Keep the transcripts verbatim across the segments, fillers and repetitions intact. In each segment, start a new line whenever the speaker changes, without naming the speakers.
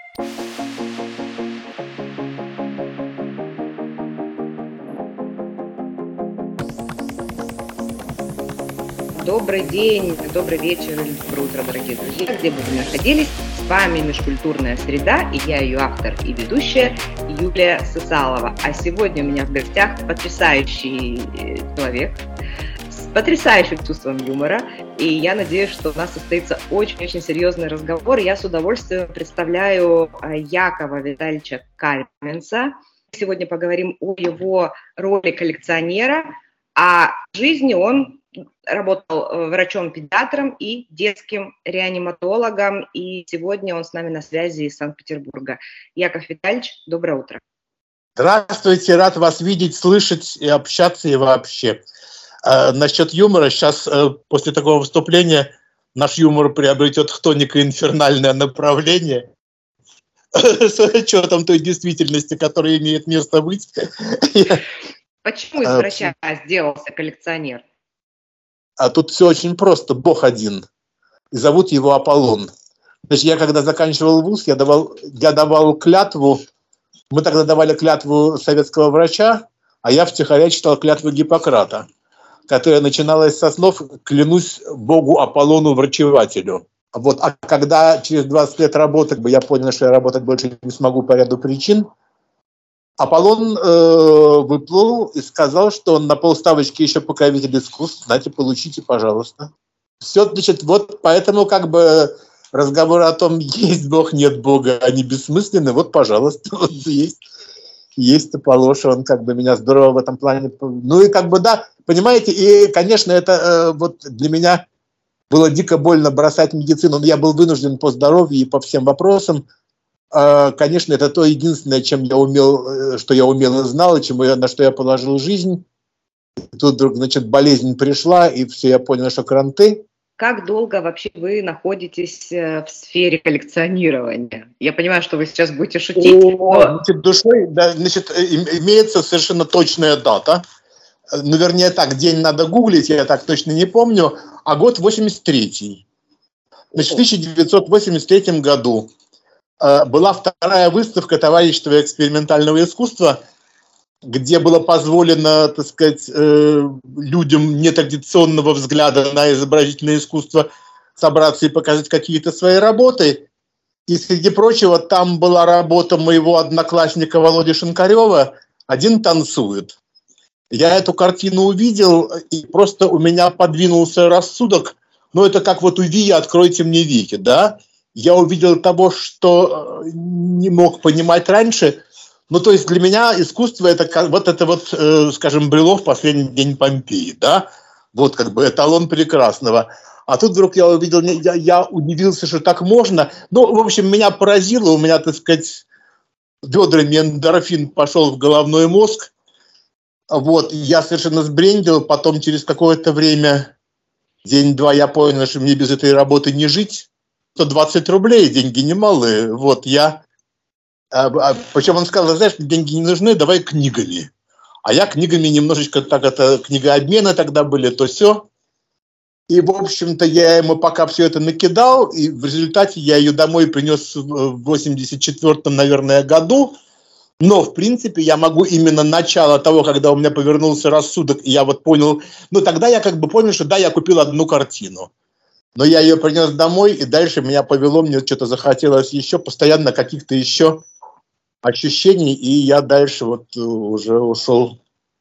Добрый день, добрый вечер или доброе утро, дорогие друзья, где бы вы ни находились. С вами «Межкультурная среда» и я ее автор и ведущая Юлия Сысалова. А сегодня у меня в гостях потрясающий человек с потрясающим чувством юмора. И я надеюсь, что у нас состоится очень-очень серьезный разговор. Я с удовольствием представляю Якова Витальевича Кальменса. Сегодня поговорим о его роли коллекционера, а в жизни он работал врачом-педиатром и детским реаниматологом, и сегодня он с нами на связи из Санкт-Петербурга. Яков Витальевич, доброе утро.
Здравствуйте, рад вас видеть, слышать и общаться и вообще. Э, насчет юмора, сейчас э, после такого выступления наш юмор приобретет хтонико-инфернальное направление с учетом той действительности, которая имеет место быть.
Почему из врача сделался коллекционер?
А тут все очень просто. Бог один. И зовут его Аполлон. Значит, я когда заканчивал вуз, я давал, я давал клятву. Мы тогда давали клятву советского врача, а я втихаря читал клятву Гиппократа, которая начиналась со слов «клянусь Богу Аполлону врачевателю». Вот. А когда через двадцать лет работы я понял, что я работать больше не смогу по ряду причин, Аполлон э, выплыл и сказал, что он на полставочки еще покровитель искусств. Знаете, получите, пожалуйста. Все, значит, вот поэтому как бы разговор о том, есть Бог, нет Бога, они бессмысленны. Вот, пожалуйста, вот есть. Есть Аполлоша, он как бы меня здорово в этом плане... Ну и как бы да, понимаете, и, конечно, это э, вот для меня было дико больно бросать медицину, но я был вынужден по здоровью и по всем вопросам. Конечно, это то единственное, чем я умел, что я умел и знал, и чему я, на что я положил жизнь. Тут вдруг, значит, болезнь пришла, и все, я понял, что кранты.
Как долго вообще вы находитесь в сфере коллекционирования? Я понимаю, что вы сейчас будете шутить.
О,
но...
значит, душой, да, значит, имеется совершенно точная дата. Ну, вернее так, день надо гуглить, я так точно не помню, а год восемьдесят третий. Значит, в тысяча девятьсот восемьдесят третьем году была вторая выставка товарищества экспериментального искусства, где было позволено, так сказать, людям нетрадиционного взгляда на изобразительное искусство собраться и показать какие-то свои работы. И, среди прочего, там была работа моего одноклассника Володи Шинкарева «Один танцует». Я эту картину увидел, и просто у меня подвинулся рассудок. Ну, это как вот у Вия «Откройте мне веки», да? Я увидел того, что не мог понимать раньше. Ну, то есть для меня искусство – это вот это вот, э, скажем, Брюлов «Последний день Помпеи», да? Вот как бы эталон прекрасного. А тут вдруг я увидел, я, я удивился, что так можно. Ну, в общем, меня поразило, у меня, так сказать, бедрами эндорфин пошел в головной мозг. Вот, я совершенно сбрендил, потом через какое-то время, день-два, я понял, что мне без этой работы не жить. сто двадцать рублей, деньги немалые. Вот я... А, а, причем он сказал, знаешь, деньги не нужны, давай книгами. А я книгами немножечко, так это, книгообмены тогда были, то все. И, в общем-то, я ему пока все это накидал, и в результате я ее домой принес в восемьдесят четвёртом, наверное, году. Но, в принципе, я могу именно начало того, когда у меня повернулся рассудок, и я вот понял... Ну, тогда я как бы понял, что да, я купил одну картину. Но я ее принес домой, и дальше меня повело, мне что-то захотелось еще, постоянно каких-то еще ощущений, и я дальше вот уже ушел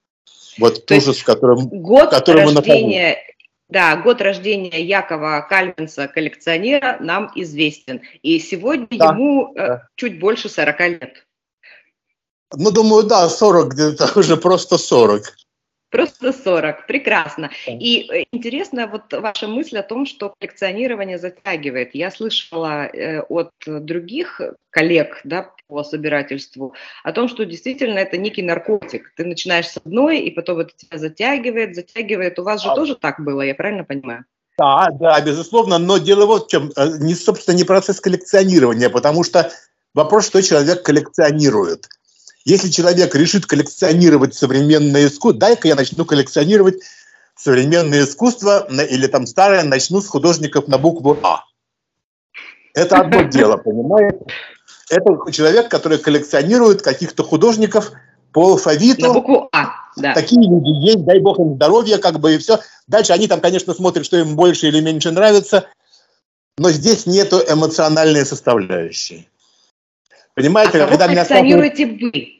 вот в ужас, в котором,
год
в котором мы
рождения, да, год рождения Якова Кальменса, коллекционера, нам известен. И сегодня да, ему да. чуть больше сорока лет.
Ну, думаю, да, сорок где-то, уже просто сорок.
Просто сорок, прекрасно. И интересно вот ваша мысль о том, что коллекционирование затягивает. Я слышала э, от других коллег, да, по собирательству о том, что действительно это некий наркотик. Ты начинаешь с одной, и потом это тебя затягивает, затягивает. У вас же а... тоже так было, я правильно понимаю?
Да, да, безусловно, но дело вот в чем. Не, собственно, не процесс коллекционирования, потому что вопрос, что человек коллекционирует. Если человек решит коллекционировать современное искусство, дай-ка я начну коллекционировать современное искусство или там старое, начну с художников на букву А. Это одно дело, понимаете? Это человек, который коллекционирует каких-то художников по алфавиту.
На букву А, да.
Такие люди есть, дай бог им здоровья, как бы, и все. Дальше они там, конечно, смотрят, что им больше или меньше нравится, но здесь нету эмоциональной составляющей. Понимаете,
а
когда
кого
меня
коллекционируете вы?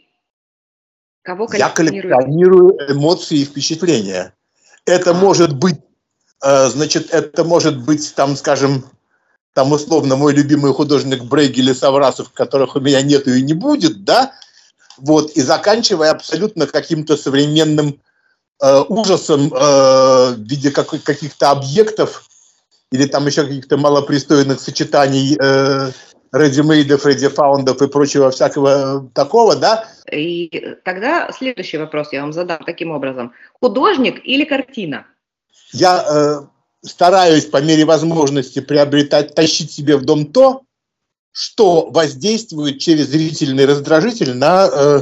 Кого
я
коллекционируете?
коллекционирую эмоции и впечатления. Это
А.
может быть, э, значит, это может быть, там, скажем, там, условно, мой любимый художник Брейгель или Саврасов, которых у меня нету и не будет, да, вот, и заканчивая абсолютно каким-то современным э, ужасом э, в виде как, каких-то объектов или там еще каких-то малопристойных сочетаний э, ready-made, ready-found и прочего всякого такого, да.
И тогда следующий вопрос я вам задам таким образом. Художник или картина?
Я э, стараюсь по мере возможности приобретать, тащить себе в дом то, что воздействует через зрительный раздражитель на э,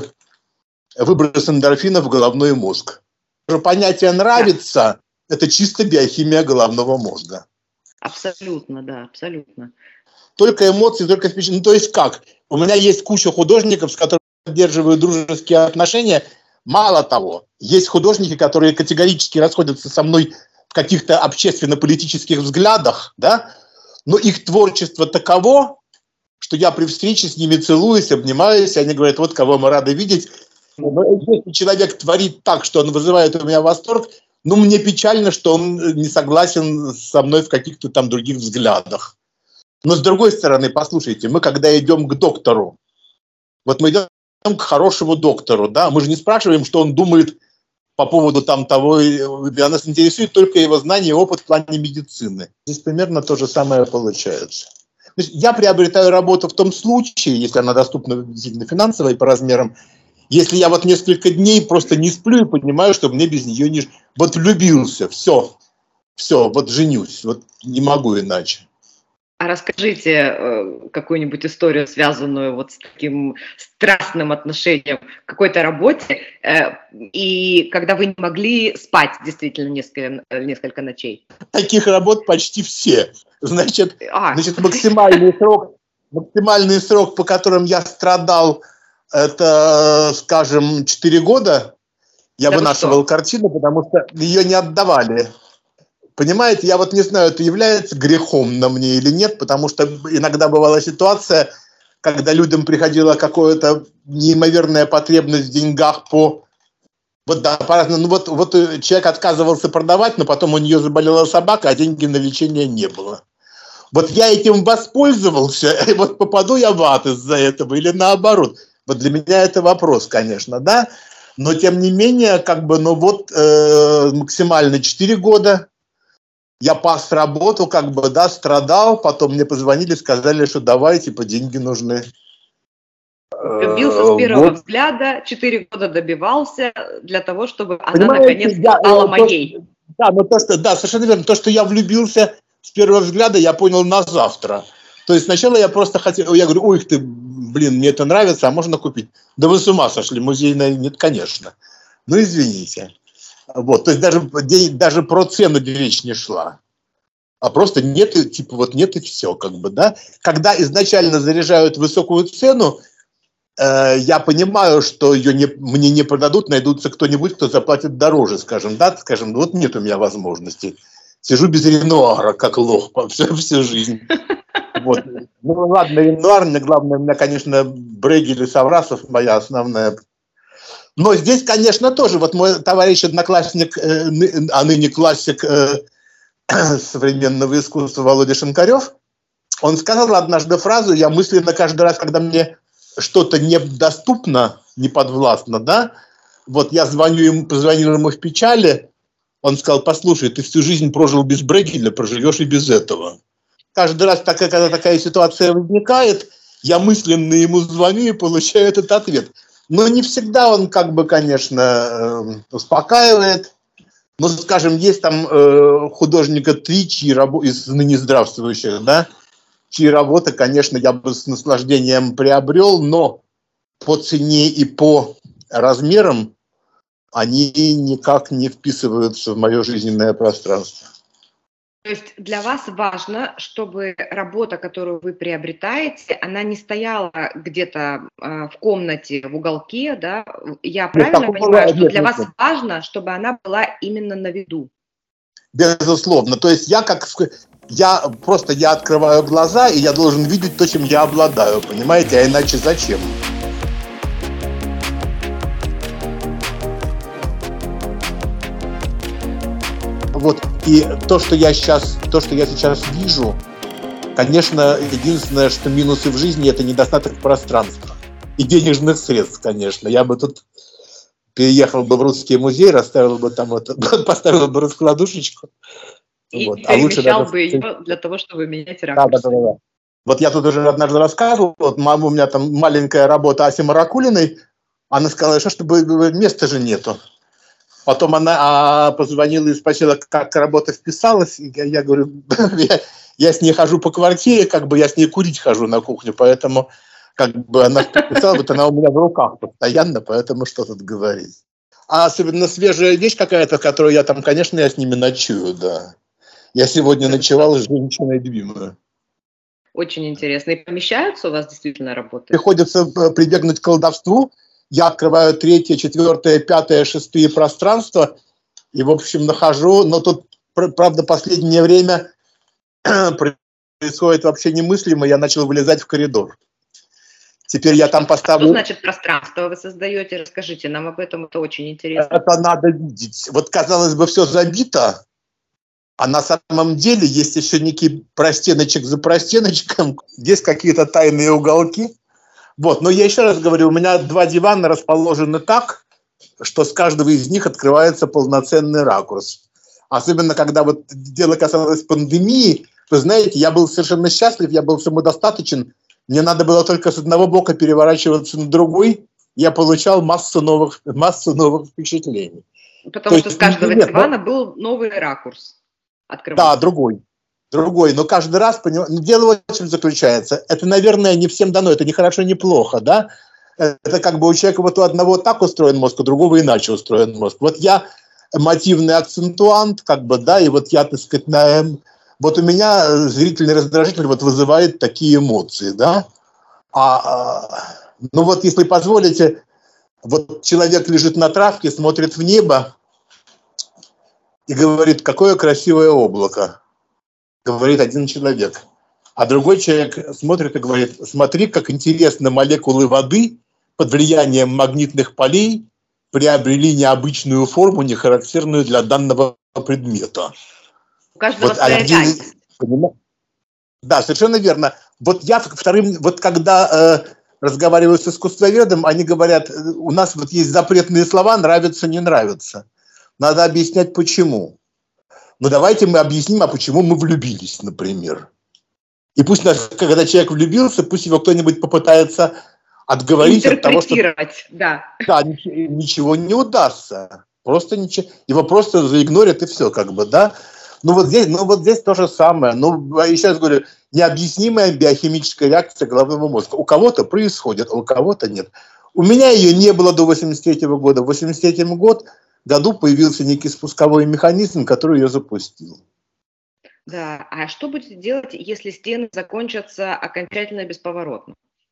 выброс эндорфинов в головной мозг. Понятие «нравится» – это чисто биохимия головного мозга.
Абсолютно, да, абсолютно.
Только эмоции, только впечатления. Ну, то есть как? У меня есть куча художников, с которыми я поддерживаю дружеские отношения. Мало того, есть художники, которые категорически расходятся со мной в каких-то общественно-политических взглядах, да? Но их творчество таково, что я при встрече с ними целуюсь, обнимаюсь, и они говорят, вот кого мы рады видеть. Но если человек творит так, что он вызывает у меня восторг, ну, мне печально, что он не согласен со мной в каких-то там других взглядах. Но с другой стороны, послушайте, мы когда идем к доктору, вот мы идем к хорошему доктору, да, мы же не спрашиваем, что он думает по поводу там того, а нас интересует только его знания и опыт в плане медицины. Здесь примерно то же самое получается. То есть я приобретаю работу в том случае, если она доступна действительно финансово и по размерам, если я вот несколько дней просто не сплю и понимаю, что мне без нее не... Вот влюбился, все, все, вот женюсь, вот не могу иначе.
А расскажите э, какую-нибудь историю, связанную вот с таким страстным отношением к какой-то работе, э, и когда вы не могли спать действительно несколько, несколько ночей.
Таких работ почти все. Значит,
а.
значит максимальный срок, максимальный срок, по которым я страдал, это, скажем, четыре года. Я да вынашивал картину, потому что ее не отдавали. Понимаете, я вот не знаю, это является грехом на мне или нет, потому что иногда бывала ситуация, когда людям приходила какая-то неимоверная потребность в деньгах по... Вот, да, ну вот, вот человек отказывался продавать, но потом у нее заболела собака, а деньги на лечение не было. Вот я этим воспользовался, и вот попаду я в ад из-за этого или наоборот. Вот для меня это вопрос, конечно, да, но тем не менее, как бы, ну вот э, максимально четыре года. Я пас работу, как бы, да, страдал, потом мне позвонили, сказали, что давай, типа, деньги нужны.
Добился с первого вот. взгляда, четыре года добивался для того, чтобы она наконец-то я, стала я, моей.
То, да, но то, что, да, совершенно верно. То, что я влюбился с первого взгляда, я понял на завтра. То есть сначала я просто хотел, я говорю, ой, ты, блин, мне это нравится, а можно купить? Да вы с ума сошли, музейная нет, конечно. Ну, извините. Вот, то есть даже, даже про цену речь не шла. А просто нет, типа вот нет и все, как бы, да. Когда изначально заряжают высокую цену, э, я понимаю, что ее не, мне не продадут, найдутся кто-нибудь, кто заплатит дороже, скажем, да, скажем, вот нет у меня возможности. Сижу без Ренуара, как лох, всю, всю жизнь. Вот. Ну ладно, Ренуар, мне главное, у меня, конечно, Брейгель и Саврасов моя основная. Но здесь, конечно, тоже, вот мой товарищ-одноклассник, э, а ныне классик э, современного искусства Володя Шинкарев, он сказал однажды фразу, я мысленно каждый раз, когда мне что-то недоступно, неподвластно, да, вот я звоню ему, позвонил ему в печали, он сказал, послушай, ты всю жизнь прожил без Брейгеля, проживешь и без этого. Каждый раз, такая, когда такая ситуация возникает, я мысленно ему звоню и получаю этот ответ. Но не всегда он, как бы, конечно, успокаивает. Но, скажем, есть там э, художника три, чьи работы, из ныне здравствующих, да, чьи работы, конечно, я бы с наслаждением приобрел, но по цене и по размерам они никак не вписываются в мое жизненное пространство.
То есть для вас важно, чтобы работа, которую вы приобретаете, она не стояла где-то э, в комнате, в уголке, да? Я
Нет,
правильно
такого
понимаю, что
нет,
для
нет,
вас
нет.
важно, чтобы она была именно на виду?
Безусловно. То есть я как я просто я открываю глаза, и я должен видеть то, чем я обладаю, понимаете? А иначе зачем? Вот. И то, что я сейчас, то, что я сейчас вижу, конечно, единственное, что минусы в жизни, это недостаток пространства и денежных средств, конечно. Я бы тут переехал бы в Русский музей, расставил бы там вот, поставил бы раскладушечку.
И
Вот. А лучше
перемещал
даже...
бы ее для того, чтобы менять
Да, да,
ракурсы.
да, да. Вот я тут уже однажды рассказывал, вот мама, у меня там маленькая работа Аси Маракулиной, она сказала, что чтобы места же нету. Потом она а, позвонила и спросила, как работа вписалась. И я, я говорю, я, я с ней хожу по квартире, как бы я с ней курить хожу на кухню, поэтому как бы она вписалась, вот она у меня в руках постоянно, поэтому что тут говорить. А особенно свежая вещь какая-то, которую я там, конечно, я с ними ночую, да. Я сегодня ночевал с женщиной любимой.
Очень интересно. И помещаются у вас действительно работы?
Приходится прибегнуть к колдовству. Я открываю третье, четвертое, пятое, шестые пространства и, в общем, нахожу. Но тут, правда, последнее время происходит вообще немыслимо. Я начал вылезать в коридор. Теперь я там поставлю...
Что значит пространство вы создаете? Расскажите нам об этом, это очень интересно.
Это надо видеть. Вот, казалось бы, все забито, а на самом деле есть еще некий простеночек за простеночком. Здесь какие-то тайные уголки. Вот, но я еще раз говорю, у меня два дивана расположены так, что с каждого из них открывается полноценный ракурс. Особенно, когда вот дело касалось пандемии, вы знаете, я был совершенно счастлив, я был самодостаточен. Мне надо было только с одного бока переворачиваться на другой. Я получал массу новых, массу новых впечатлений.
Потому
То
что
есть,
с каждого
нет,
дивана был новый ракурс.
Да, другой. Другой, но каждый раз, понимаете, дело в чем заключается. Это, наверное, не всем дано, это не хорошо, не плохо, да? Это как бы у человека вот у одного так устроен мозг, у другого иначе устроен мозг. Вот я мотивный акцентуант, как бы, да, и вот я, так сказать, на... вот у меня зрительный раздражитель вот вызывает такие эмоции, да? А, ну вот, если позволите, вот человек лежит на травке, смотрит в небо и говорит, какое красивое облако. Говорит один человек. А другой человек смотрит и говорит, смотри, как интересно молекулы воды под влиянием магнитных полей приобрели необычную форму, не характерную для данного предмета.
У каждого
вот
своя
один...
реальность.
Да, совершенно верно. Вот я вторым, вот когда э, разговариваю с искусствоведом, они говорят, у нас вот есть запретные слова «нравится», «не нравится». Надо объяснять, почему. Но давайте мы объясним, а почему мы влюбились, например. И пусть, когда человек влюбился, пусть его кто-нибудь попытается отговорить от того, что...
да.
Да, ничего, ничего не удастся. Просто ничего... Его просто заигнорят, и все, как бы, да. Ну вот здесь, ну вот здесь то же самое. Ну, еще раз говорю, необъяснимая биохимическая реакция головного мозга. У кого-то происходит, а у кого-то нет. У меня ее не было до восемьдесят третьего года. В восемьдесят третьем году появился некий спусковой механизм, который ее запустил.
Да, а что будете делать, если стены закончатся окончательно бесповоротно?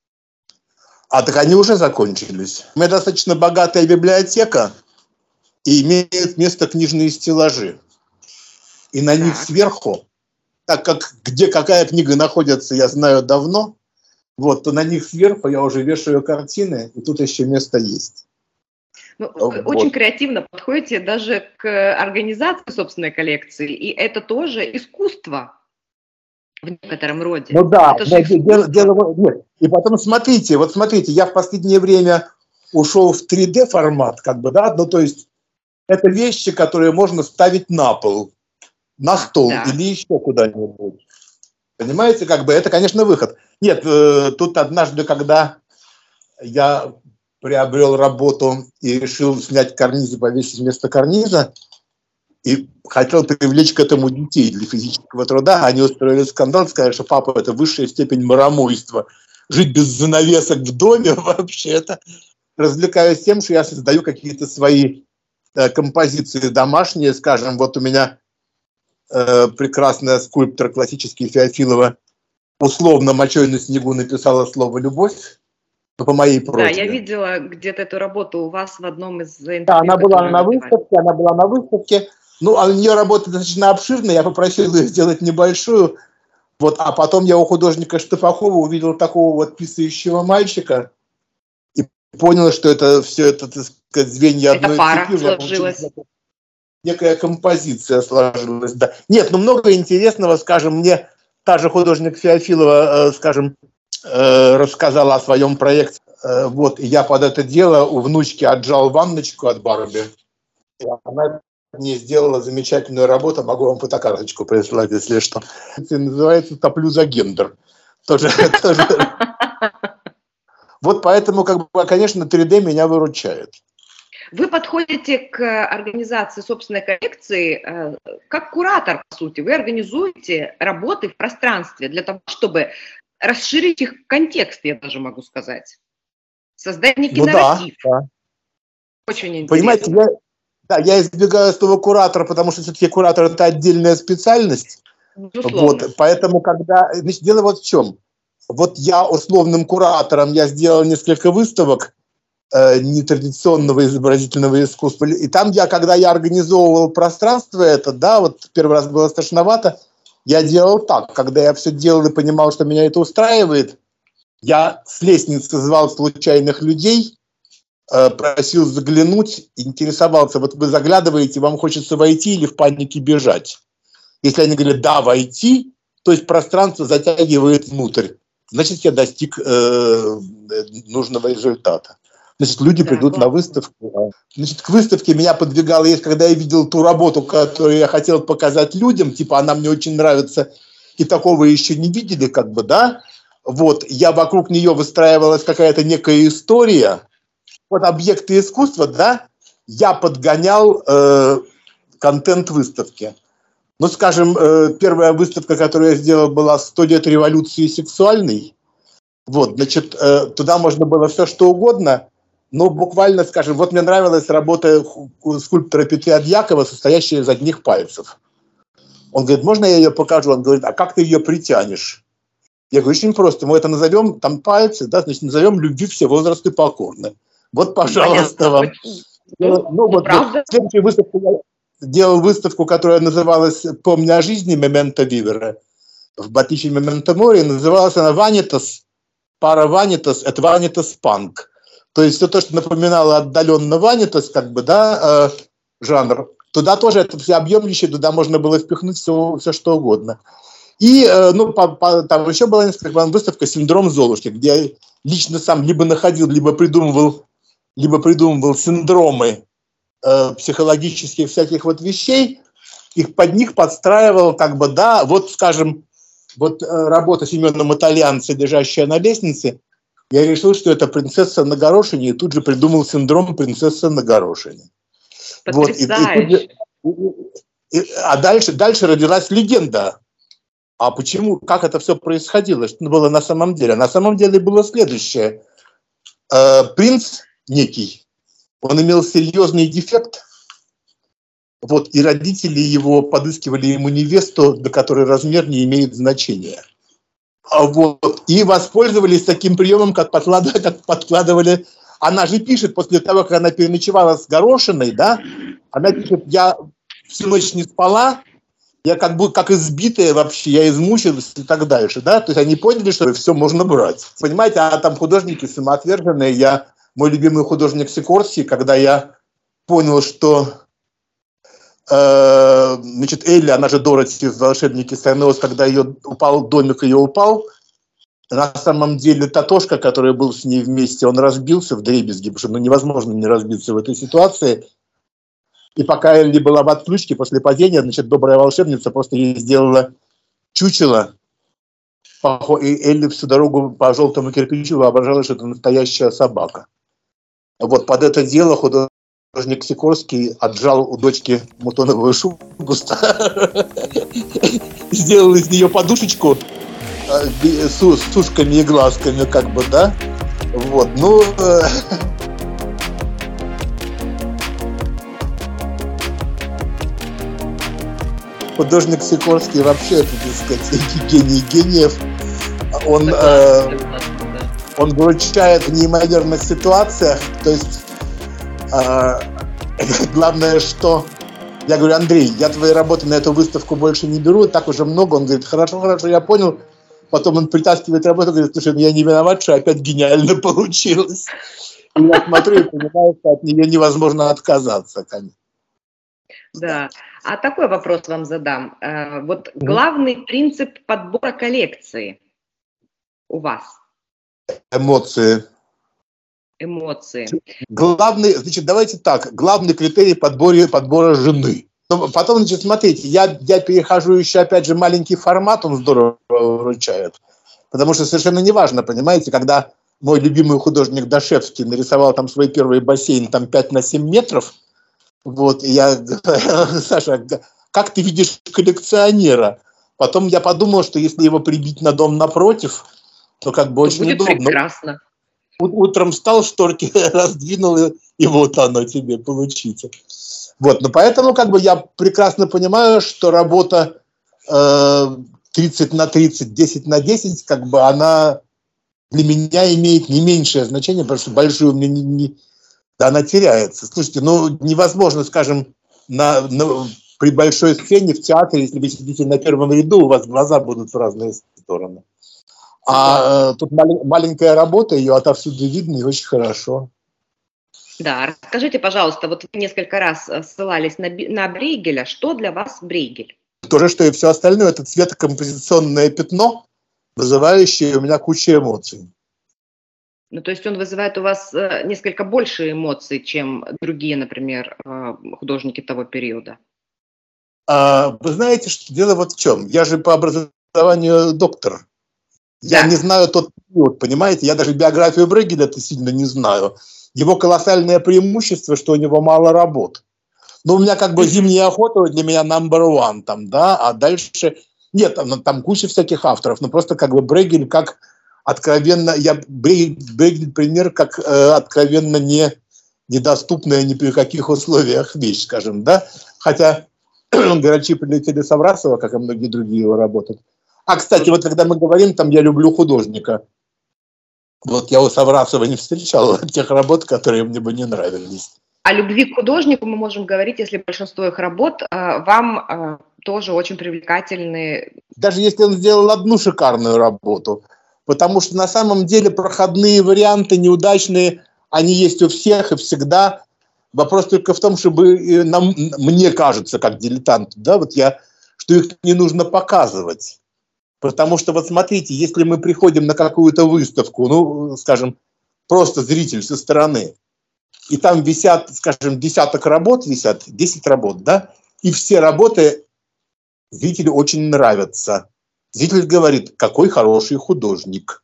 А так они уже закончились. У меня достаточно богатая библиотека, и имеют место книжные стеллажи. И на так. них сверху, так как где какая книга находится, я знаю давно, вот, то на них сверху я уже вешаю картины, и тут еще место есть.
Ну, вы вот. Очень креативно подходите даже к организации собственной коллекции, и это тоже искусство в некотором роде.
Ну да,
это
же дело, дело, нет. И потом смотрите, вот смотрите, я в последнее время ушел в три дэ формат, как бы, да, ну то есть это вещи, которые можно ставить на пол, на стол да. или еще куда-нибудь. Понимаете, как бы это, конечно, выход. Нет, э, тут однажды, когда я приобрел работу и решил снять карниз и повесить вместо карниза, и хотел привлечь к этому детей для физического труда, они устроили скандал, сказали, что папа, это высшая степень маромойства. Жить без занавесок в доме вообще-то. Развлекаюсь тем, что я создаю какие-то свои э, композиции домашние, скажем, вот у меня э, прекрасная скульптор классический Феофилова условно мочой на снегу написала слово «любовь», но по моей просьбе.
Да, я видела где-то эту работу у вас в одном из интервью.
Да, она была на выставке, она была на выставке. Ну, а у нее работа достаточно обширная, я попросил ее сделать небольшую. Вот, а потом я у художника Штефахова увидел такого вот писающего мальчика и понял, что это все это, так сказать, звенья одной
цепи.
Это пара сложилась. Некая композиция сложилась, да. Нет, ну много интересного, скажем, мне та же художник Феофилова, э, скажем, э, рассказала о своем проекте. Э, вот, и я под это дело у внучки отжал ванночку от Барби. И она мне сделала замечательную работу, могу вам фотокарточку прислать, если что. Это называется «Топлю за гендер». Тоже, тоже. Вот поэтому, как бы, конечно, три дэ меня выручает.
Вы подходите к организации собственной коллекции э, как куратор, по сути. Вы организуете работы в пространстве для того, чтобы расширить их контекст, я даже могу сказать. Создать некий
ну
нарратив.
Да, да.
Очень интересно.
Понимаете, я, да, я избегаю слова куратора, потому что все-таки куратор – это отдельная специальность. Вот, поэтому, когда… Значит, дело вот в чем. Вот я условным куратором, я сделал несколько выставок э, нетрадиционного изобразительного искусства. И там я, когда я организовывал пространство это, да, вот первый раз было страшновато, я делал так. Когда я все делал и понимал, что меня это устраивает, я с лестницы звал случайных людей, э, просил заглянуть, интересовался. Вот вы заглядываете, вам хочется войти или в панике бежать. Если они говорят «да, войти», то есть пространство затягивает внутрь. Значит, я достиг э, нужного результата. Значит, люди да, придут классно. На выставку. Значит, к выставке меня подвигало, есть, когда я видел ту работу, которую я хотел показать людям, типа она мне очень нравится, и такого еще не видели, как бы, да. Вот, я вокруг нее выстраивалась какая-то некая история. Вот объекты искусства, да, я подгонял э, контент выставки. Ну, скажем, первая выставка, которую я сделал, была «сто лет революции сексуальной». Вот, значит, туда можно было все что угодно, но буквально, скажем, вот мне нравилась работа скульптора Петра Дьякова, состоящая из одних пальцев. Он говорит, можно я ее покажу? Он говорит, а как ты ее притянешь? Я говорю, очень просто, мы это назовем, там пальцы, да, значит, назовем «любви все возрасты покорны». Вот, пожалуйста, вам. Ну, ну вот, вот следующую выставку я делал выставку, которая называлась «Помни о жизни» Мементо Вивера в Батичи Мементо Мори. Называлась она «Ванитас», пара «Ванитас» – это «Ванитас Панк». То есть все то, что напоминало отдаленно «Ванитас», как бы, да, э, жанр, туда тоже это все объемлище, туда можно было впихнуть все, все что угодно. И, э, ну, по, по, там еще была несколько выставка «Синдром Золушки», где я лично сам либо находил, либо придумывал, либо придумывал синдромы психологических всяких вот вещей, их под них подстраивал, как бы, да, вот, скажем, вот работа Семена Мотолянца, лежащая на лестнице, я решил, что это принцесса на горошине, и тут же придумал синдром принцессы на горошине. Вот, и, и же, и, и, а дальше, дальше родилась легенда. А почему, как это все происходило, что было на самом деле? На самом деле было следующее. Э, принц некий, он имел серьезный дефект, вот, и родители его подыскивали ему невесту, до которой размер не имеет значения. А вот, и воспользовались таким приемом, как подкладывали, как подкладывали. Она же пишет, после того, как она переночевала с горошиной, да, она пишет, я всю ночь не спала, я как бы как избитая вообще, я измучилась и так дальше, да, то есть они поняли, что все можно брать. Понимаете, а там художники самоотверженные, я... Мой любимый художник Сикорский, когда я понял, что э, значит, Элли, она же Дороти в «Волшебнике страны Оз», когда ее упал, домик ее упал, на самом деле Татошка, который был с ней вместе, он разбился вдребезги, потому что ну, невозможно не разбиться в этой ситуации. И пока Элли была в отключке после падения, значит, добрая волшебница просто ей сделала чучело. И Элли всю дорогу по желтому кирпичу воображала, что это настоящая собака. Вот под это дело художник Сикорский отжал у дочки мутоновую шубу, сделал из нее подушечку с ушками и глазками, как бы, да. Вот, ну... художник Сикорский вообще, это, так сказать, гений гениев. Он, э, он выручает в неимоверных ситуациях. То есть, э, главное, что... Я говорю: Андрей, я твои работы на эту выставку больше не беру, так уже много. Он говорит: хорошо, хорошо, я понял. Потом он притаскивает работу, говорит: слушай, ну я не виноват, что опять гениально получилось. И я смотрю и понимаю, что от нее невозможно отказаться, конечно.
Да. А такой вопрос вам задам. Вот главный принцип подбора коллекции у вас?
Эмоции.
Эмоции.
Главный, значит, давайте так, главный критерий подбора, подбора жены. Но потом, значит, смотрите, я, я перехожу еще, опять же, маленький формат, он здорово выручает. Потому что совершенно неважно, понимаете, когда мой любимый художник Дашевский нарисовал там свой первый бассейн там пять на семь метров, вот, и я, Саша, как ты видишь коллекционера? Потом я подумал, что если его прибить на дом напротив, то как бы очень
будет
удобно.
Прекрасно.
Утром встал, шторки раздвинул, и, и вот оно тебе, получите. Вот, но поэтому как бы я прекрасно понимаю, что работа э, тридцать на тридцать, десять на десять, как бы она для меня имеет не меньшее значение, потому что большую мне не, не, да, она теряется. Слушайте, ну невозможно, скажем, на, на, при большой сцене в театре, если вы сидите на первом ряду, у вас глаза будут в разные стороны. А э, тут малень, маленькая работа, ее отовсюду видно и очень хорошо.
Да, расскажите, пожалуйста, вот вы несколько раз ссылались на, на Брейгеля. Что для вас Брейгель?
То же, что и все остальное, это цветокомпозиционное пятно, вызывающее у меня кучу эмоций.
Ну, то есть он вызывает у вас несколько больше эмоций, чем другие, например, художники того периода?
А, вы знаете, что дело вот в чем. Я же по образованию доктор. Я да. не знаю тот период, понимаете? Я даже биографию Брейгеля-то сильно не знаю. Его колоссальное преимущество, что у него мало работ. Ну, у меня как бы «Зимняя охота» для меня number one, там, да, а дальше... Нет, там, там куча всяких авторов, но просто как бы Брейгель как откровенно... Я Брейгель пример как э, откровенно не, недоступная ни при каких условиях вещь, скажем, да. Хотя «Грачи прилетели с Аврасова», как и многие другие его работы. А, кстати, вот когда мы говорим, там, я люблю художника. Вот я у Саврасова не встречал тех работ, которые мне бы не нравились.
О любви к художнику мы можем говорить, если большинство их работ э, вам э, тоже очень привлекательны.
Даже если он сделал одну шикарную работу. Потому что на самом деле проходные варианты, неудачные, они есть у всех и всегда. Вопрос только в том, чтобы нам, мне кажется, как дилетанту, да, вот я, что их не нужно показывать. Потому что, вот смотрите, если мы приходим на какую-то выставку, ну, скажем, просто зритель со стороны, и там висят, скажем, десяток работ висят, десять работ, да, и все работы зрителю очень нравятся. Зритель говорит: какой хороший художник.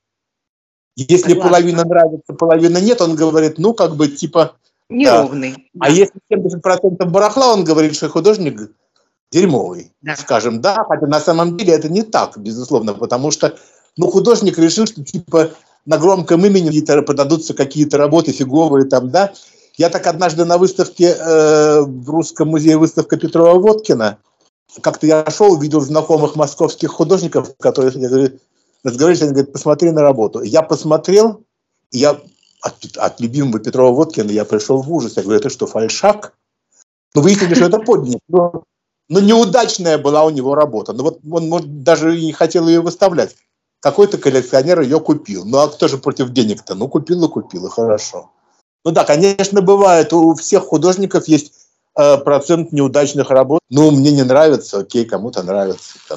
Если Согласна. Половина нравится, половина нет, он говорит, ну, как бы, типа...
Неровный.
Да. А если семьдесят процентов барахла, он говорит, что художник... дерьмовый, да. скажем, да, хотя на самом деле это не так, безусловно, потому что, ну, художник решил, что, типа, на громком имени продадутся какие-то работы фиговые там, да. Я так однажды на выставке э, в Русском музее выставка Петрова-Водкина, как-то я шел, видел знакомых московских художников, которые, я говорю, разговаривали, они говорят: посмотри на работу. Я посмотрел, и я от, от любимого Петрова-Водкина я пришел в ужас. Я говорю: это что, фальшак? Ну, выяснили, что это подник. Но неудачная была у него работа. Ну вот он, может, даже и не хотел ее выставлять. Какой-то коллекционер ее купил. Ну а кто же против денег-то? Ну купил и купил, и хорошо. Ну да, конечно, бывает. У всех художников есть э, процент неудачных работ. Ну, мне не нравится, окей, кому-то нравится. Там.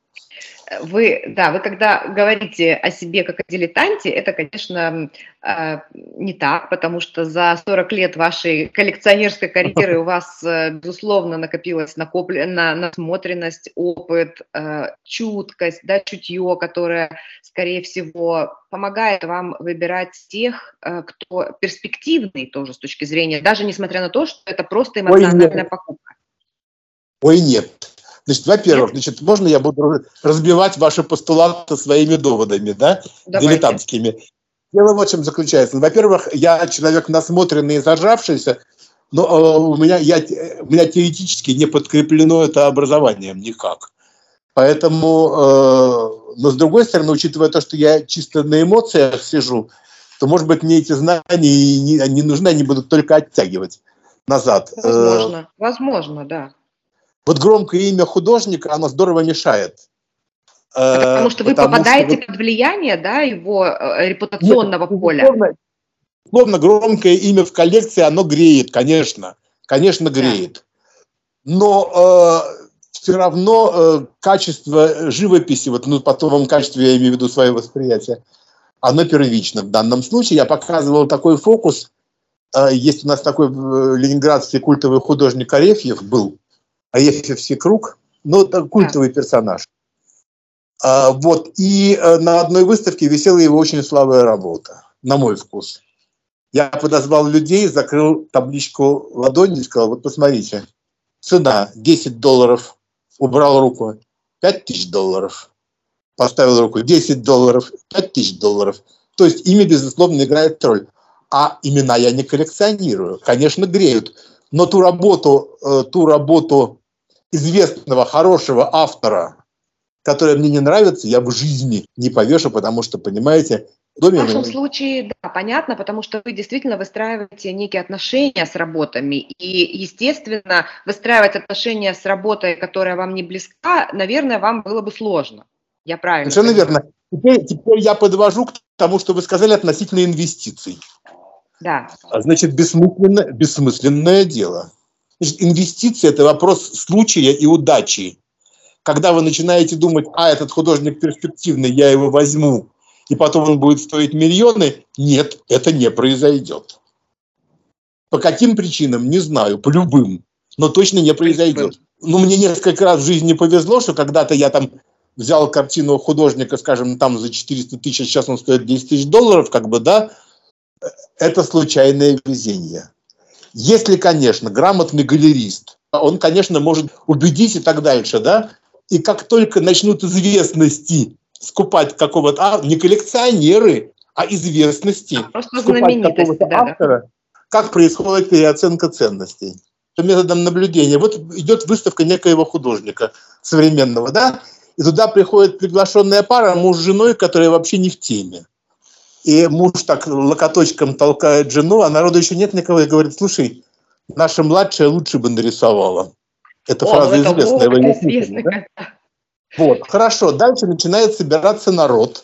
Вы, да, вы когда говорите о себе как о дилетанте, это, конечно, не так, потому что за сорок лет вашей коллекционерской карьеры у вас, безусловно, накопилась накоплен, насмотренность, опыт, чуткость, да, чутье, которое, скорее всего, помогает вам выбирать тех, кто перспективный тоже с точки зрения, даже несмотря на то, что это просто эмоциональная Ой, покупка.
Ой, нет. Значит, во-первых, значит, можно я буду разбивать ваши постулаты своими доводами, да, Давайте. Дилетантскими. Дело вот в чем заключается. Во-первых, я человек насмотренный и зажавшийся, Но э, у, меня, я, у меня теоретически не подкреплено это образованием никак. Поэтому, э, но с другой стороны, учитывая то, что я чисто на эмоциях сижу, то, может быть, мне эти знания не, не нужны, они будут только оттягивать назад.
Возможно, э, возможно, да.
Вот громкое имя художника, оно здорово мешает.
Потому что вы потому попадаете что... под влияние, да, его репутационного Нет, поля.
Условно, условно, громкое имя в коллекции, оно греет, конечно. Конечно, греет. Да. Но э, все равно э, качество живописи, вот, ну, по том качестве я имею в виду свое восприятие, оно первично в данном случае. Я показывал такой фокус. Э, есть у нас такой э, ленинградский культовый художник Арефьев был. Арефьев Круг. Ну, это культовый да. персонаж. А, вот, и а, на одной выставке висела его очень слабая работа, на мой вкус. Я подозвал людей, закрыл табличку ладонью и сказал, вот посмотрите, цена десять долларов, убрал руку, пять тысяч долларов, поставил руку, десять долларов, пять тысяч долларов. То есть имя, безусловно, играет роль. А имена я не коллекционирую, конечно, греют, но ту работу, э, ту работу известного, хорошего автора, которая мне не нравится, я в жизни не повешу, потому что, понимаете...
В вашем случае, да, понятно, потому что вы действительно выстраиваете некие отношения с работами, и, естественно, выстраивать отношения с работой, которая вам не близка, наверное, вам было бы сложно. Я правильно
Совершенно верно. Теперь, теперь я подвожу к тому, что вы сказали относительно инвестиций.
Да.
Значит, бессмысленно, бессмысленное дело. Значит, инвестиции – это вопрос случая и удачи. Когда вы начинаете думать, а, этот художник перспективный, я его возьму, и потом он будет стоить миллионы, нет, это не произойдет. По каким причинам, не знаю, по любым, но точно не произойдет. Ну, мне несколько раз в жизни повезло, что когда-то я там взял картину художника, скажем, там за четыреста тысяч, сейчас он стоит десять тысяч долларов, как бы, да, это случайное везение. Если, конечно, грамотный галерист, он, конечно, может убедить и так дальше, да, и как только начнут известности скупать какого-то, а не коллекционеры, а известности,
а скупать какого-то да,
автора, да. Как происходит переоценка ценностей. Методом наблюдения. Вот идет выставка некоего художника современного, да, и туда приходит приглашенная пара, муж с женой, которые вообще не в теме. И муж так локоточком толкает жену, а народу еще нет никого, и говорит, слушай, наша младшая лучше бы нарисовала. Это
О,
фраза
это
известная.
О, известная да?
Вот, хорошо. Дальше начинает собираться народ.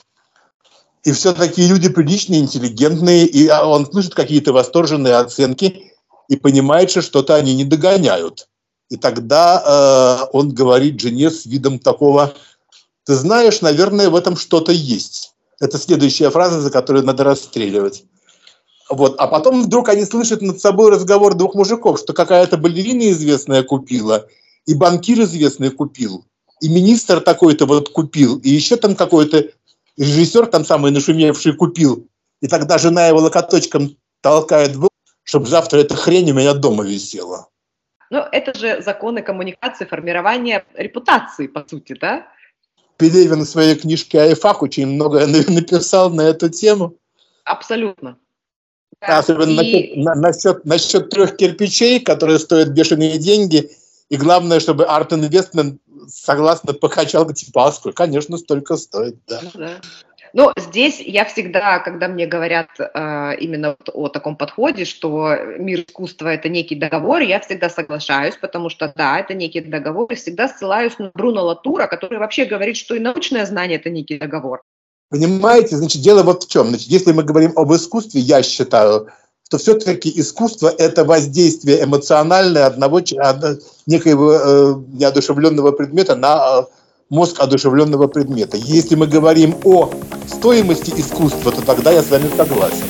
И все такие люди приличные, интеллигентные. И он слышит какие-то восторженные оценки и понимает, что что-то они не догоняют. И тогда э, он говорит жене с видом такого, ты знаешь, наверное, в этом что-то есть. Это следующая фраза, за которую надо расстреливать. Вот. А потом вдруг они слышат над собой разговор двух мужиков, что какая-то балерина известная купила, и банкир известный купил, и министр такой-то вот купил, и еще там какой-то режиссер там самый нашумевший купил. И тогда жена его локоточком толкает в, чтобы завтра эта хрень у меня дома висела.
Ну, это же законы коммуникации, формирования репутации, по сути, да?
Пелевин в своей книжке «Айфах» очень многое написал на эту тему.
Абсолютно.
Да, особенно и... насчет, насчет, насчет трех кирпичей, которые стоят бешеные деньги. И главное, чтобы Art Investment согласно покачал, типа, а сколько? Конечно, столько стоит, да.
Ну, да. Но здесь я всегда, когда мне говорят э, именно о таком подходе, что мир искусства – это некий договор, я всегда соглашаюсь, потому что, да, это некий договор, и всегда ссылаюсь на Бруно Латура, который вообще говорит, что и научное знание – это некий договор.
Понимаете, значит, дело вот в чем. Значит, если мы говорим об искусстве, я считаю, что все-таки искусство – это воздействие эмоциональное одного некоего э, неодушевленного предмета на э, мозг одушевленного предмета. Если мы говорим о стоимости искусства, то тогда я с вами согласен.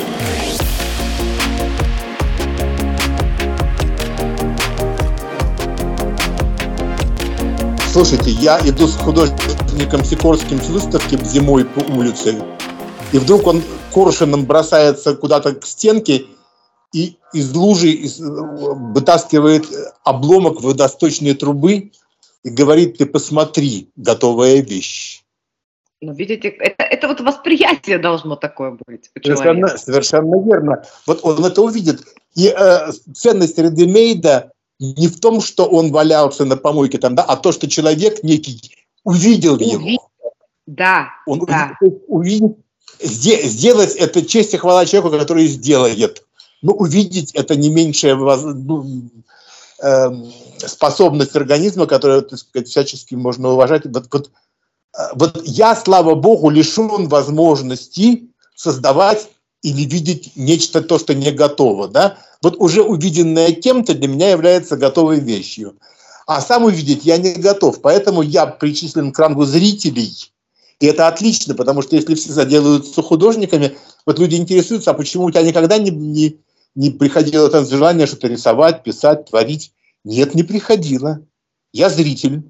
Слушайте, я иду с художником Сикорским с выставки зимой по улице, и вдруг он коршуном бросается куда-то к стенке и из лужи из, вытаскивает обломок водосточной трубы и говорит, ты посмотри, готовая вещь.
Ну, видите, это, это вот восприятие должно такое быть у
Совершенно,
человека.
совершенно верно. Вот он это увидит. И э, ценность редимейда не в том, что он валялся на помойке, там, да, а то, что человек некий увидел его.
Увидеть. Да,
Он
да.
увидит, сделать это честь и хвала человеку, который сделает. Ну, увидеть это не меньшая ну, э, способность организма, которую, так сказать, всячески можно уважать. Вот, вот, вот я, слава богу, лишен возможности создавать или видеть нечто, то, что не готово. Да? Вот уже увиденное кем-то для меня является готовой вещью. А сам увидеть я не готов. Поэтому я причислен к рангу зрителей. И это отлично, потому что если все заделаются художниками, вот люди интересуются, а почему у тебя никогда не, не, не приходило это желание что-то рисовать, писать, творить? Нет, не приходило. Я зритель.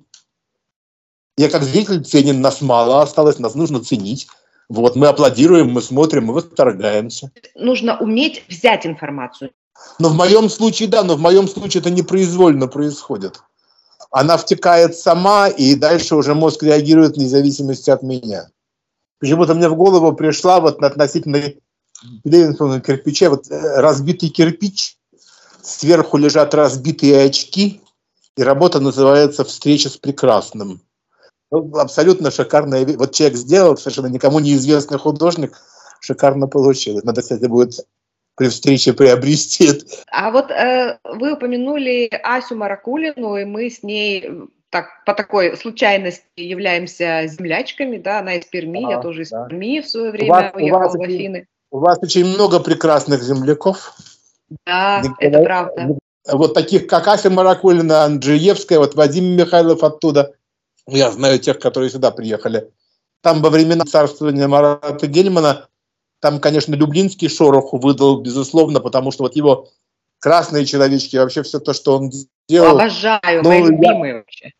Я как зритель ценен, нас мало осталось, нас нужно ценить. Вот, мы аплодируем, мы смотрим, мы восторгаемся.
Нужно уметь взять информацию.
Но в моем случае, да, но в моем случае это непроизвольно происходит. Она втекает сама, и дальше уже мозг реагирует вне зависимости от меня. Почему-то мне в голову пришла вот относительно Левинсона кирпича, вот разбитый кирпич, сверху лежат разбитые очки, и работа называется «Встреча с прекрасным». Ну, абсолютно шикарная вещь. Вот человек сделал, совершенно никому неизвестный художник, шикарно получилось. Надо, кстати, будет при встрече приобрести это.
А вот э, вы упомянули Асю Маракулину, и мы с ней так, по такой случайности являемся землячками, да, она из Перми, а, я тоже из да. Перми в свое время вас, уехала в Афины.
У вас очень много прекрасных земляков.
Да, Николай, это правда.
Вот таких, как Ася Маракулина, Анджиевская, вот Вадим Михайлов оттуда. Я знаю тех, которые сюда приехали. Там во времена царствования Марата Гельмана, там, конечно, Люблинский шороху выдал, безусловно, потому что вот его красные человечки, вообще все то, что он делал...
Обожаю, ну, мои любимые я... вообще.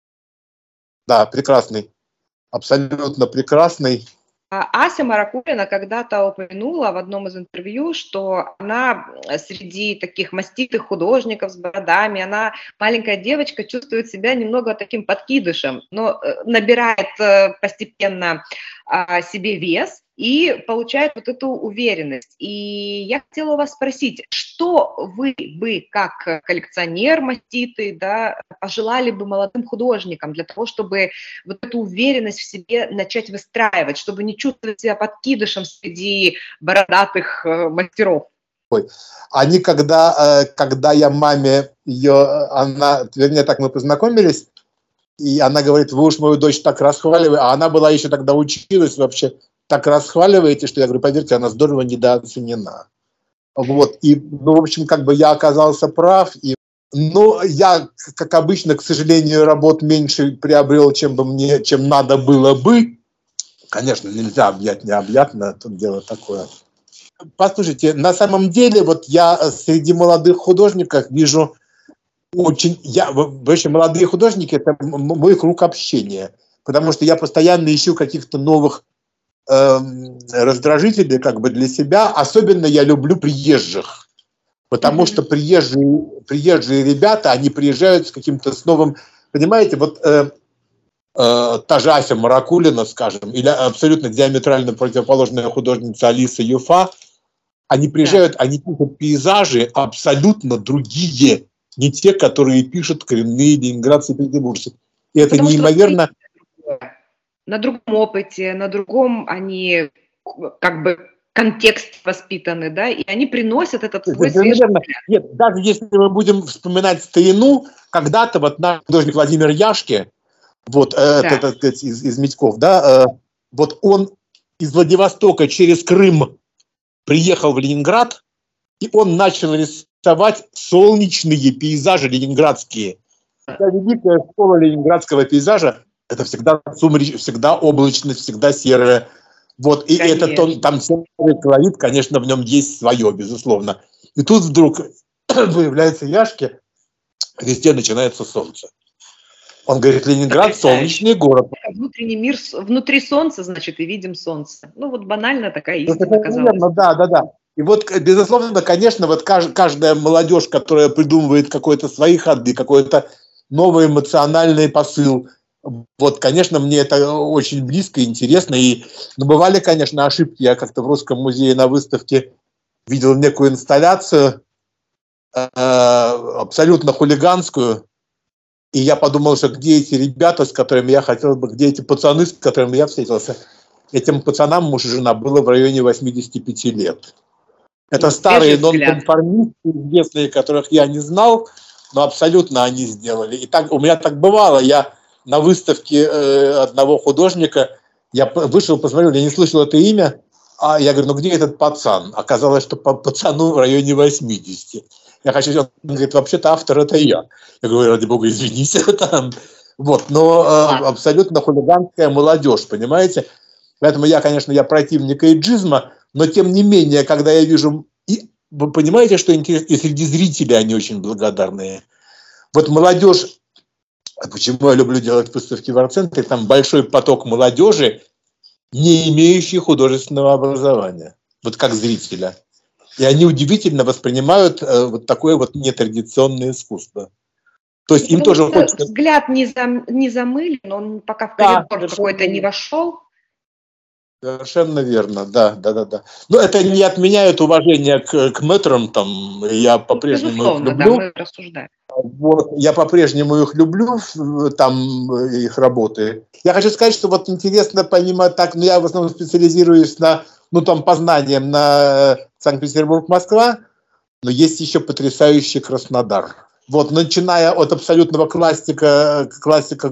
Да, прекрасный. Абсолютно прекрасный.
Ася Маракулина когда-то упомянула в одном из интервью, что она среди таких маститых художников с бородами, она, маленькая девочка, чувствует себя немного таким подкидышем, но набирает постепенно себе вес и получает вот эту уверенность. И я хотела у вас спросить, что вы бы, как коллекционер маститы, да, пожелали бы молодым художникам для того, чтобы вот эту уверенность в себе начать выстраивать, чтобы не чувствовать себя подкидышем среди бородатых мастеров?
Они, когда, когда я маме ее, она, вернее, так мы познакомились, и она говорит, вы уж мою дочь так расхваливаете, а она была еще тогда училась вообще, так расхваливаете, что я говорю, поверьте, она здорово недооценена. Вот, и, ну, в общем, как бы я оказался прав, и, ну, я, как обычно, к сожалению, работ меньше приобрел, чем бы мне, чем надо было бы. Конечно, нельзя объять необъятно, тут дело такое. Послушайте, на самом деле, вот я среди молодых художников вижу очень, я, вообще, молодые художники – это мой круг общения, потому что я постоянно ищу каких-то новых э, раздражителей как бы для себя. Особенно я люблю приезжих, потому mm-hmm. что приезжие, приезжие ребята, они приезжают с каким-то с новым, понимаете, вот э, э, та же Ася Маракулина, скажем, или абсолютно диаметрально противоположная художница Алиса Юфа, они приезжают, yeah. они пишут пейзажи абсолютно другие, не те, которые пишут коренные ленинградцы и петербуржцы. И это Потому неимоверно...
На другом опыте, на другом они как бы контекст воспитаны, да, и они приносят этот свой свежий взгляд.
Нет, даже если мы будем вспоминать старину, когда-то вот наш художник Владимир Яшки, вот, да. это, так сказать, из, из Митьков, да, э, вот он из Владивостока через Крым приехал в Ленинград, и он начал рисовать солнечные пейзажи ленинградские. Это великая школа ленинградского пейзажа. Это всегда сумеречность, всегда облачность, всегда серое. Вот, и конечно. Этот он, там серый колорит, конечно, в нем есть свое, безусловно. И тут вдруг появляется Яшки, везде начинается солнце. Он говорит, Ленинград – солнечный город.
Внутренний мир, внутри солнца, значит, и видим солнце. Ну, вот банально такая истина оказалась.
Верно, да, да, да. И вот, безусловно, конечно, вот каждая молодежь, которая придумывает какой-то свои ходы, какой-то новый эмоциональный посыл, Вот, конечно, мне это очень близко и интересно. И, ну, бывали, конечно, ошибки. Я как-то в Русском музее на выставке видел некую инсталляцию, э, абсолютно хулиганскую. И я подумал, что где эти ребята, с которыми я хотел бы, где эти пацаны, с которыми я встретился. Этим пацанам муж и жена было в районе восьмидесяти пяти лет. Это старые нонконформисты, известные, которых я не знал, но абсолютно они сделали. И так у меня так бывало. Я на выставке э, одного художника, я вышел, посмотрел, я не слышал это имя, а я говорю, ну где этот пацан? Оказалось, что по пацану в районе восьмидесяти. Я хочу сказать, он говорит, вообще-то автор это я. Я говорю, ради бога, извините. Там. Вот, но э, абсолютно хулиганская молодежь, понимаете? Поэтому я, конечно, я противник эйджизма, но тем не менее, когда я вижу... И вы понимаете, что интересно? И среди зрителей они очень благодарные. Вот молодежь... Почему я люблю делать выставки в арт-центре? Там большой поток молодежи, не имеющей художественного образования. Вот как зрителя. И они удивительно воспринимают э, вот такое вот нетрадиционное искусство. То есть им тоже хочется...
Взгляд не, зам... не замылен, он пока в коридор да, какой-то не вошел.
Совершенно верно, да, да, да, да. Но это не отменяет уважение к, к мэтрам, там, я по-прежнему
Безусловно,
их люблю.
Да, мы рассуждаем.
Вот, я по-прежнему их люблю, там, их работы. Я хочу сказать, что вот интересно, помимо так, ну, я в основном специализируюсь на, ну, там, по знаниям на Санкт-Петербург, Москва, но есть еще потрясающий Краснодар. Вот, начиная от абсолютного классика, классика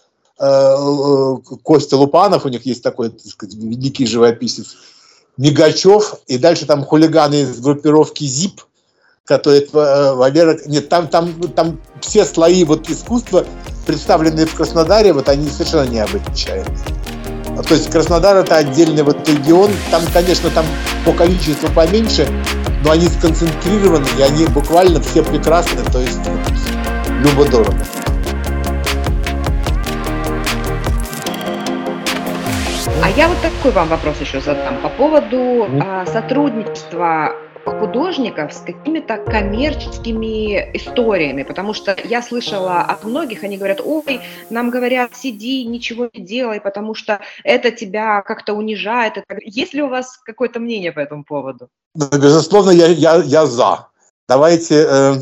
Костя Лупанов, у них есть такой, так сказать, великий живописец, Мигачев, и дальше там хулиганы из группировки ЗИП, которые, Валера, нет, там, там, там все слои вот искусства, представленные в Краснодаре, вот они совершенно необычайные. То есть Краснодар это отдельный вот регион, там, конечно, там по количеству поменьше, но они сконцентрированы, и они буквально все прекрасны, то есть любо-дорого.
А я вот такой вам вопрос еще задам по поводу а, сотрудничества художников с какими-то коммерческими историями, потому что я слышала от многих, они говорят, ой, нам говорят, сиди, ничего не делай, потому что это тебя как-то унижает. Есть ли у вас какое-то мнение по этому поводу?
Безусловно, я, я, я за. Давайте, э,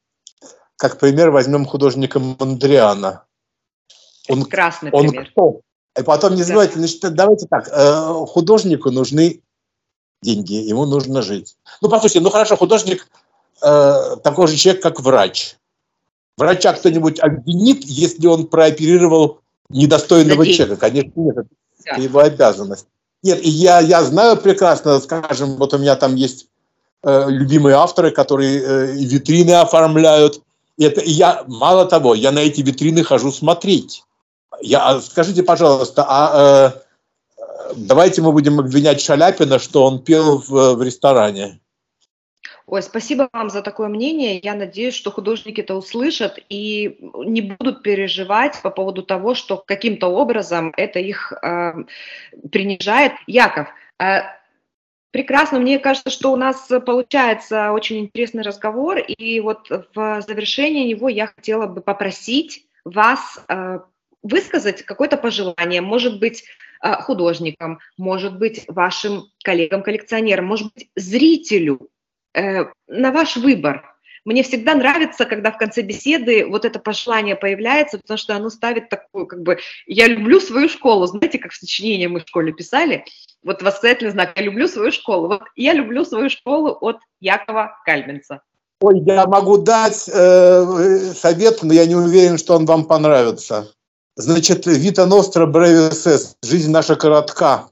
как пример, возьмем художника Мондриана. Он,
Прекрасный
он
пример.
Кто? И потом не забывайте, значит, давайте так, э, художнику нужны деньги, ему нужно жить. Ну, послушайте, ну хорошо, художник э, такой же человек, как врач. Врача кто-нибудь обвинит, если он прооперировал недостойного человека? Конечно, нет, это его обязанность. Нет, и я, я знаю прекрасно, скажем, вот у меня там есть э, любимые авторы, которые э, витрины оформляют. И это, и я, мало того, я на эти витрины хожу смотреть. Я, скажите, пожалуйста, а э, давайте мы будем обвинять Шаляпина, что он пел в, в ресторане?
Ой, спасибо вам за такое мнение. Я надеюсь, что художники это услышат и не будут переживать по поводу того, что каким-то образом это их э, принижает. Яков, э, прекрасно. Мне кажется, что у нас получается очень интересный разговор. И вот в завершении него я хотела бы попросить вас э, высказать какое-то пожелание, может быть, художникам, может быть, вашим коллегам-коллекционерам, может быть, зрителю, э, на ваш выбор. Мне всегда нравится, когда в конце беседы вот это пожелание появляется, потому что оно ставит такую, как бы, я люблю свою школу, знаете, как в сочинении мы в школе писали, вот восклицательный знак, я люблю свою школу. Вот я люблю свою школу от Якова Кальменца.
Ой, я могу дать э, совет, но я не уверен, что он вам понравится. Значит, Vita nostra brevis est, жизнь наша коротка.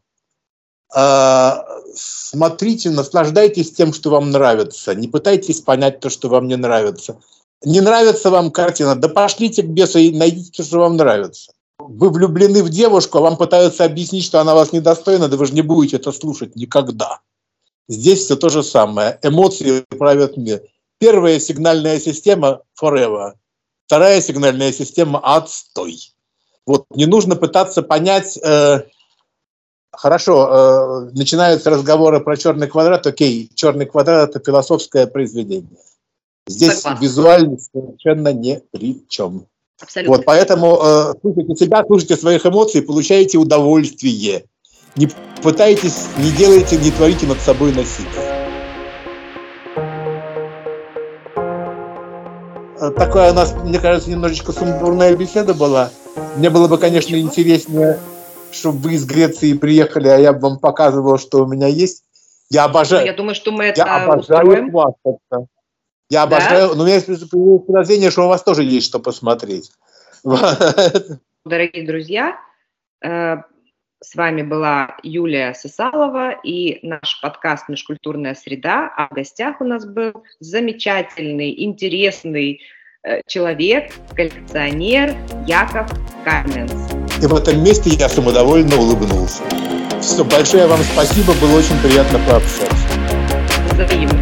Э, смотрите, наслаждайтесь тем, что вам нравится. Не пытайтесь понять то, что вам не нравится. Не нравится вам картина, да пошлите к бесу и найдите то, что вам нравится. Вы влюблены в девушку, а вам пытаются объяснить, что она вас недостойна, да вы же не будете это слушать никогда. Здесь все то же самое. Эмоции правят мир. Первая сигнальная система – forever. Вторая сигнальная система – отстой. Вот, не нужно пытаться понять, э, хорошо, э, начинаются разговоры про черный квадрат, окей, черный квадрат – это философское произведение. Здесь визуально совершенно ни при чем.
Абсолютно.
Вот, поэтому э, слушайте себя, слушайте своих эмоций, получаете удовольствие. Не пытайтесь, не делайте, не творите над собой насилие. Такая у нас, мне кажется, немножечко сумбурная беседа была. Мне было бы, конечно, интереснее, чтобы вы из Греции приехали, а я бы вам показывал, что у меня есть. Я обожаю.
Я думаю, что мы это
я обожаю
устроим.
Хвастаться. Я обожаю. Да? Но у меня есть подозрение, что у вас тоже есть что посмотреть.
Дорогие друзья, с вами была Юлия Сысалова и наш подкаст «Межкультурная среда». А в гостях у нас был замечательный, интересный человек, коллекционер Яков Каменц.
И в этом месте я самодовольно улыбнулся. Все, большое вам спасибо, было очень приятно пообщаться.
Взаимно.